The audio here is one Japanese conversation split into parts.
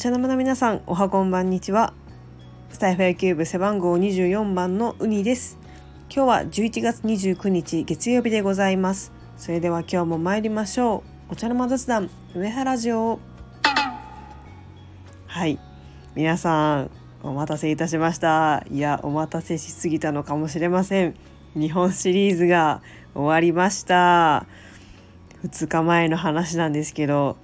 茶の間の皆さん、おはこんばんにちは。スタイフ野球部背番号24番のウニです。今日は11月29日月曜日でございます。それでは今日も参りましょう。お茶の間雑談上原城。はい、皆さんお待たせいたしました。いや、お待たせしすぎたのかもしれません。日本シリーズが終わりました。2日前の話なんですけど、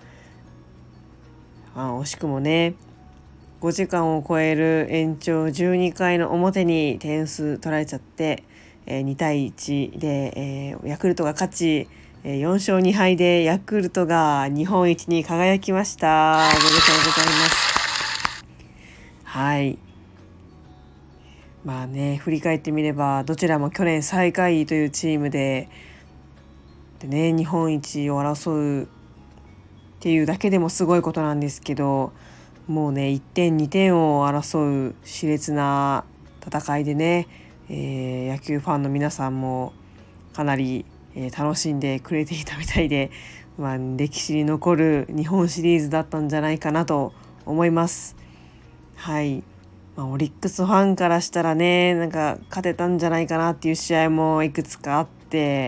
惜しくもね、5時間を超える延長12回の表に点数取られちゃって、2対1で、ヤクルトが勝ち、4勝2敗でヤクルトが日本一に輝きました。おめでとうございます。はい。まあね、振り返ってみればどちらも去年最下位というチームでね、日本一を争うっていうだけでもすごいことなんですけど、もうね、1点2点を争う熾烈な戦いでね、野球ファンの皆さんもかなり、楽しんでくれていたみたいで、歴史に残る日本シリーズだったんじゃないかなと思います。はい。オリックスファンからしたらね、なんか勝てたんじゃないかなっていう試合もいくつかあって、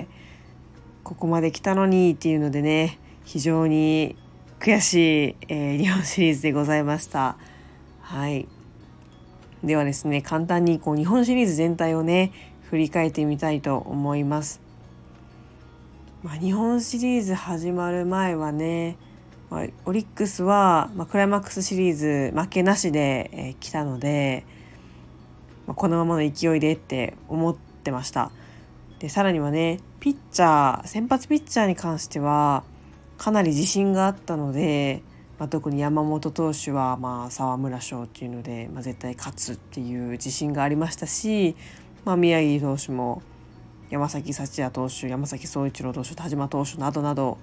ここまで来たのにっていうのでね、非常に悔しい、日本シリーズでございました。はい。ではですね、簡単に日本シリーズ全体をね、振り返ってみたいと思います。日本シリーズ始まる前はね、オリックスは、クライマックスシリーズ負けなしで、来たので、このままの勢いでって思ってました。で、さらにはね、先発ピッチャーに関してはかなり自信があったので、特に山本投手は沢村賞っていうので、絶対勝つっていう自信がありましたし、宮城投手も山崎福也投手、山崎颯一郎投手、田島投手などなど、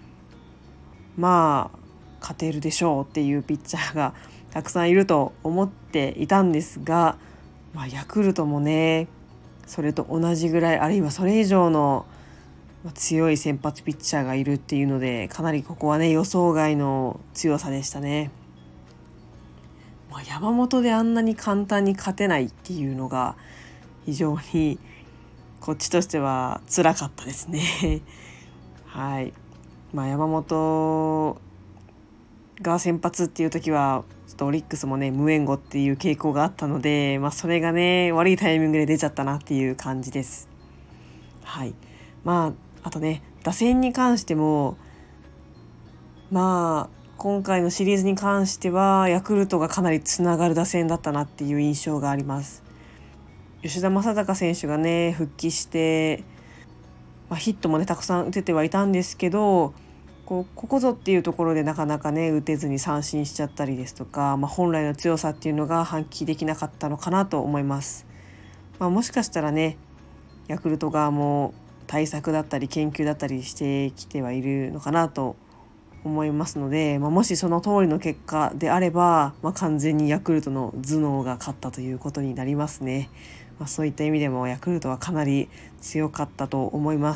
勝てるでしょうっていうピッチャーがたくさんいると思っていたんですが、ヤクルトもね、それと同じぐらい、あるいはそれ以上の強い先発ピッチャーがいるっていうので、かなりここはね、予想外の強さでしたね。山本であんなに簡単に勝てないっていうのが非常にこっちとしては辛かったですね。はい。山本が先発っていう時はちょっとオリックスもね、無援護っていう傾向があったので、それがね、悪いタイミングで出ちゃったなっていう感じです。はい。あとね、打線に関しても今回のシリーズに関してはヤクルトがかなりつながる打線だったなっていう印象があります。吉田正尚選手がね、復帰して、ヒットもねたくさん打ててはいたんですけど、ここぞっていうところでなかなかね打てずに三振しちゃったりですとか、本来の強さっていうのが発揮できなかったのかなと思います。もしかしたらね、ヤクルト側も対策だったり研究だったりしてきてはいるのかなと思いますので、もしその通りの結果であれば、完全にヤクルトの頭脳が勝ったということになりますね。そういった意味でもヤクルトはかなり強かったと思います。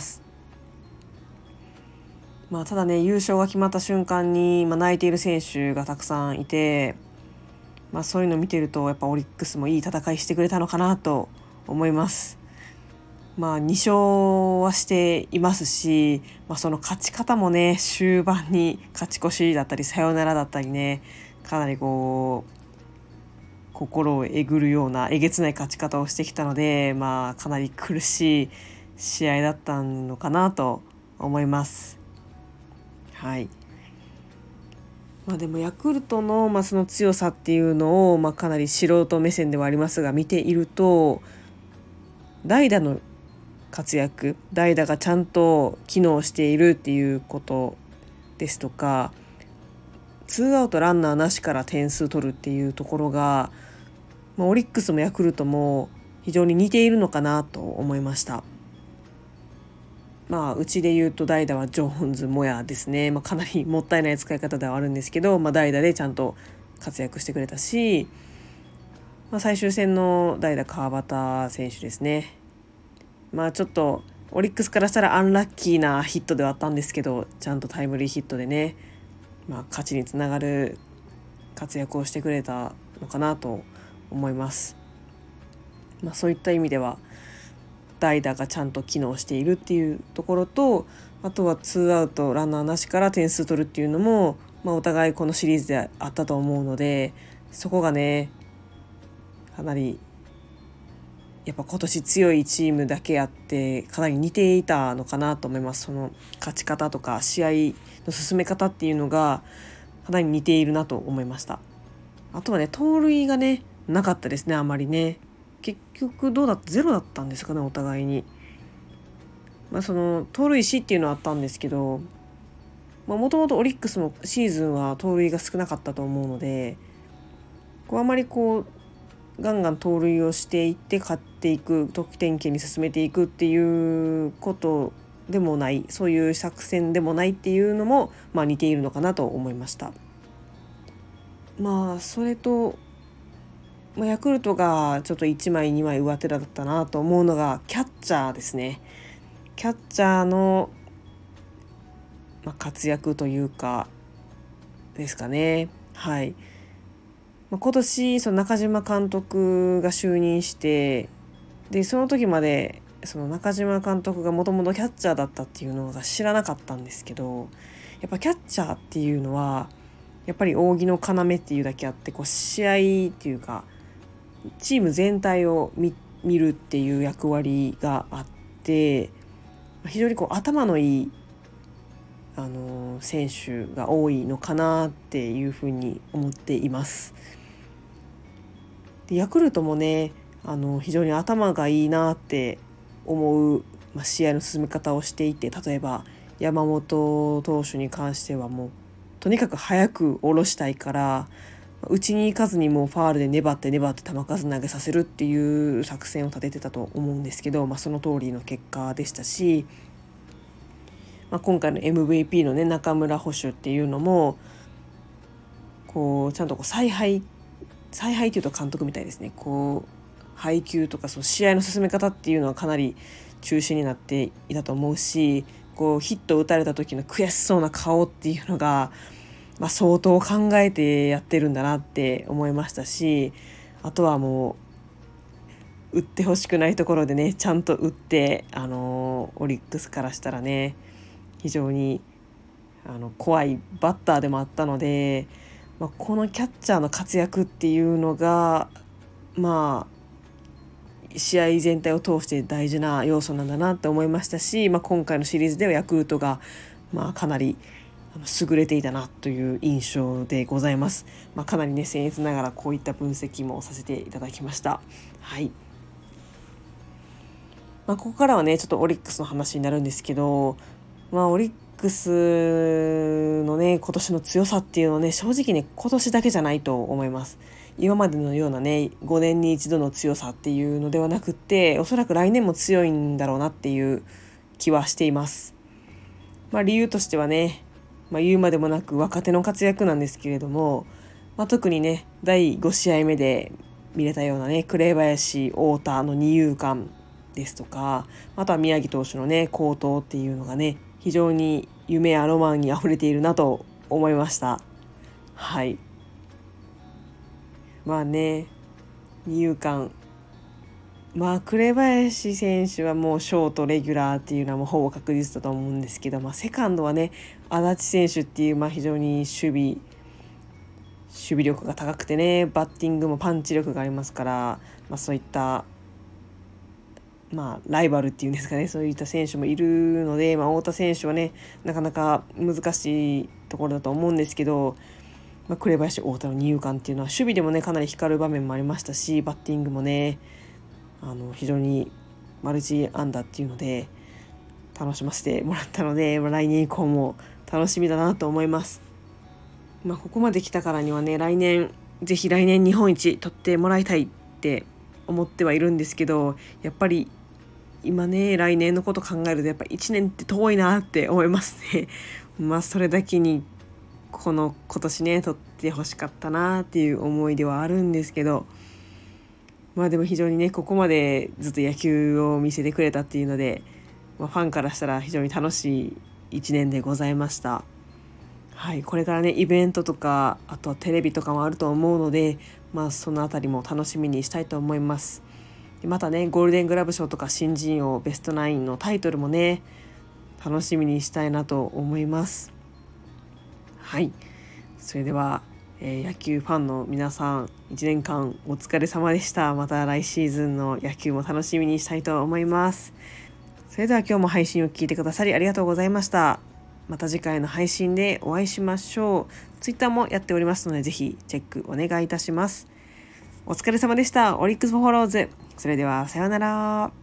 ただね、優勝が決まった瞬間に、泣いている選手がたくさんいて、そういうのを見てるとやっぱオリックスもいい戦いしてくれたのかなと思います。2勝はしていますし、その勝ち方もね、終盤に勝ち越しだったりサヨナラだったりね、かなり心をえぐるようなえげつない勝ち方をしてきたので、かなり苦しい試合だったのかなと思います。はい。でもヤクルトの、その強さっていうのを、かなり素人目線ではありますが見ていると、代打の活躍、代打がちゃんと機能しているっていうことですとか、ツーアウトランナーなしから点数取るっていうところが、オリックスもヤクルトも非常に似ているのかなと思いました。うちで言うと代打はジョーンズ・モヤですね。かなりもったいない使い方ではあるんですけど、代打でちゃんと活躍してくれたし、最終戦の代打川端選手ですね。ちょっとオリックスからしたらアンラッキーなヒットではあったんですけど、ちゃんとタイムリーヒットでね、勝ちにつながる活躍をしてくれたのかなと思います。そういった意味では代打がちゃんと機能しているっていうところと、あとはツーアウトランナーなしから点数取るっていうのも、お互いこのシリーズであったと思うので、そこがねかなりやっぱ今年強いチームだけあってかなり似ていたのかなと思います。その勝ち方とか試合の進め方っていうのがかなり似ているなと思いました。あとはね、盗塁がねなかったですね。あまりね、結局どうだった、ゼロだったんですかね、お互いに。その盗塁死っていうのはあったんですけど、もともとオリックスもシーズンは盗塁が少なかったと思うので、あまりガンガン盗塁をしていって勝っていく、得点圏に進めていくっていうことでもない、そういう作戦でもないっていうのも似ているのかなと思いました。それと、ヤクルトがちょっと1枚2枚上手だったなと思うのがキャッチャーですね。キャッチャーの、活躍というかですかね。はい。今年その中島監督が就任して、でその時までその中島監督がもともとキャッチャーだったっていうのが知らなかったんですけど、やっぱキャッチャーっていうのはやっぱり扇の要っていうだけあって、試合っていうかチーム全体を見るっていう役割があって、非常に頭のいい選手が多いのかなっていうふうに思っています。でヤクルトもね非常に頭がいいなって思う、試合の進め方をしていて、例えば山本投手に関してはもうとにかく早く下ろしたいから打ちに行かずにもうファールで粘って球数投げさせるっていう作戦を立ててたと思うんですけど、その通りの結果でしたし、今回の MVP のね中村捕手っていうのもちゃんと采配っていうと監督みたいですね。配球とかその試合の進め方っていうのはかなり中心になっていたと思うし、ヒットを打たれた時の悔しそうな顔っていうのが、相当考えてやってるんだなって思いましたし、あとはもう打ってほしくないところでねちゃんと打って、オリックスからしたらね非常に怖いバッターでもあったので、このキャッチャーの活躍っていうのが試合全体を通して大事な要素なんだなって思いましたし、今回のシリーズではヤクルトがかなり優れていたなという印象でございます。かなりね僭越ながらこういった分析もさせていただきました。はい。ここからはねちょっとオリックスの話になるんですけど、オリックスのね今年の強さっていうのはね正直ね今年だけじゃないと思います。今までのようなね5年に一度の強さっていうのではなくって、おそらく来年も強いんだろうなっていう気はしています。理由としてはね、言うまでもなく若手の活躍なんですけれども、特にね第5試合目で見れたようなね紅林太田の二遊間ですとか、あとは宮城投手のね好投っていうのがね非常に夢やロマンにあふれているなと思いました。はい。二遊間、紅林選手はもうショートレギュラーっていうのはもうほぼ確実だと思うんですけど、セカンドはね足立選手っていう非常に守備力が高くてね、バッティングもパンチ力がありますから、そういったライバルっていうんですかね、そういった選手もいるので、太田選手はねなかなか難しいところだと思うんですけど、紅林太田の二遊間っていうのは守備でもねかなり光る場面もありましたし、バッティングもね非常にマルチ安打っていうので楽しませてもらったので、来年以降も楽しみだなと思います。ここまで来たからにはねぜひ来年日本一取ってもらいたいって思ってはいるんですけど、やっぱり今ね来年のこと考えるとやっぱ1年って遠いなって思いますね。それだけに今年ね取ってほしかったなっていう思いではあるんですけど、でも非常にねここまでずっと野球を見せてくれたっていうので、ファンからしたら非常に楽しい1年でございました。 はい、これからねイベントとかあとはテレビとかもあると思うので、そのあたりも楽しみにしたいと思います。でまたねゴールデングラブ賞とか新人王ベストナインのタイトルもね楽しみにしたいなと思います。はい、それでは、野球ファンの皆さん1年間お疲れ様でした。また来シーズンの野球も楽しみにしたいと思います。それでは今日も配信を聞いてくださりありがとうございました。また次回の配信でお会いしましょう。ツイッターもやっておりますのでぜひチェックお願いいたします。お疲れ様でした。オリックス・フォローズ。それではさようなら。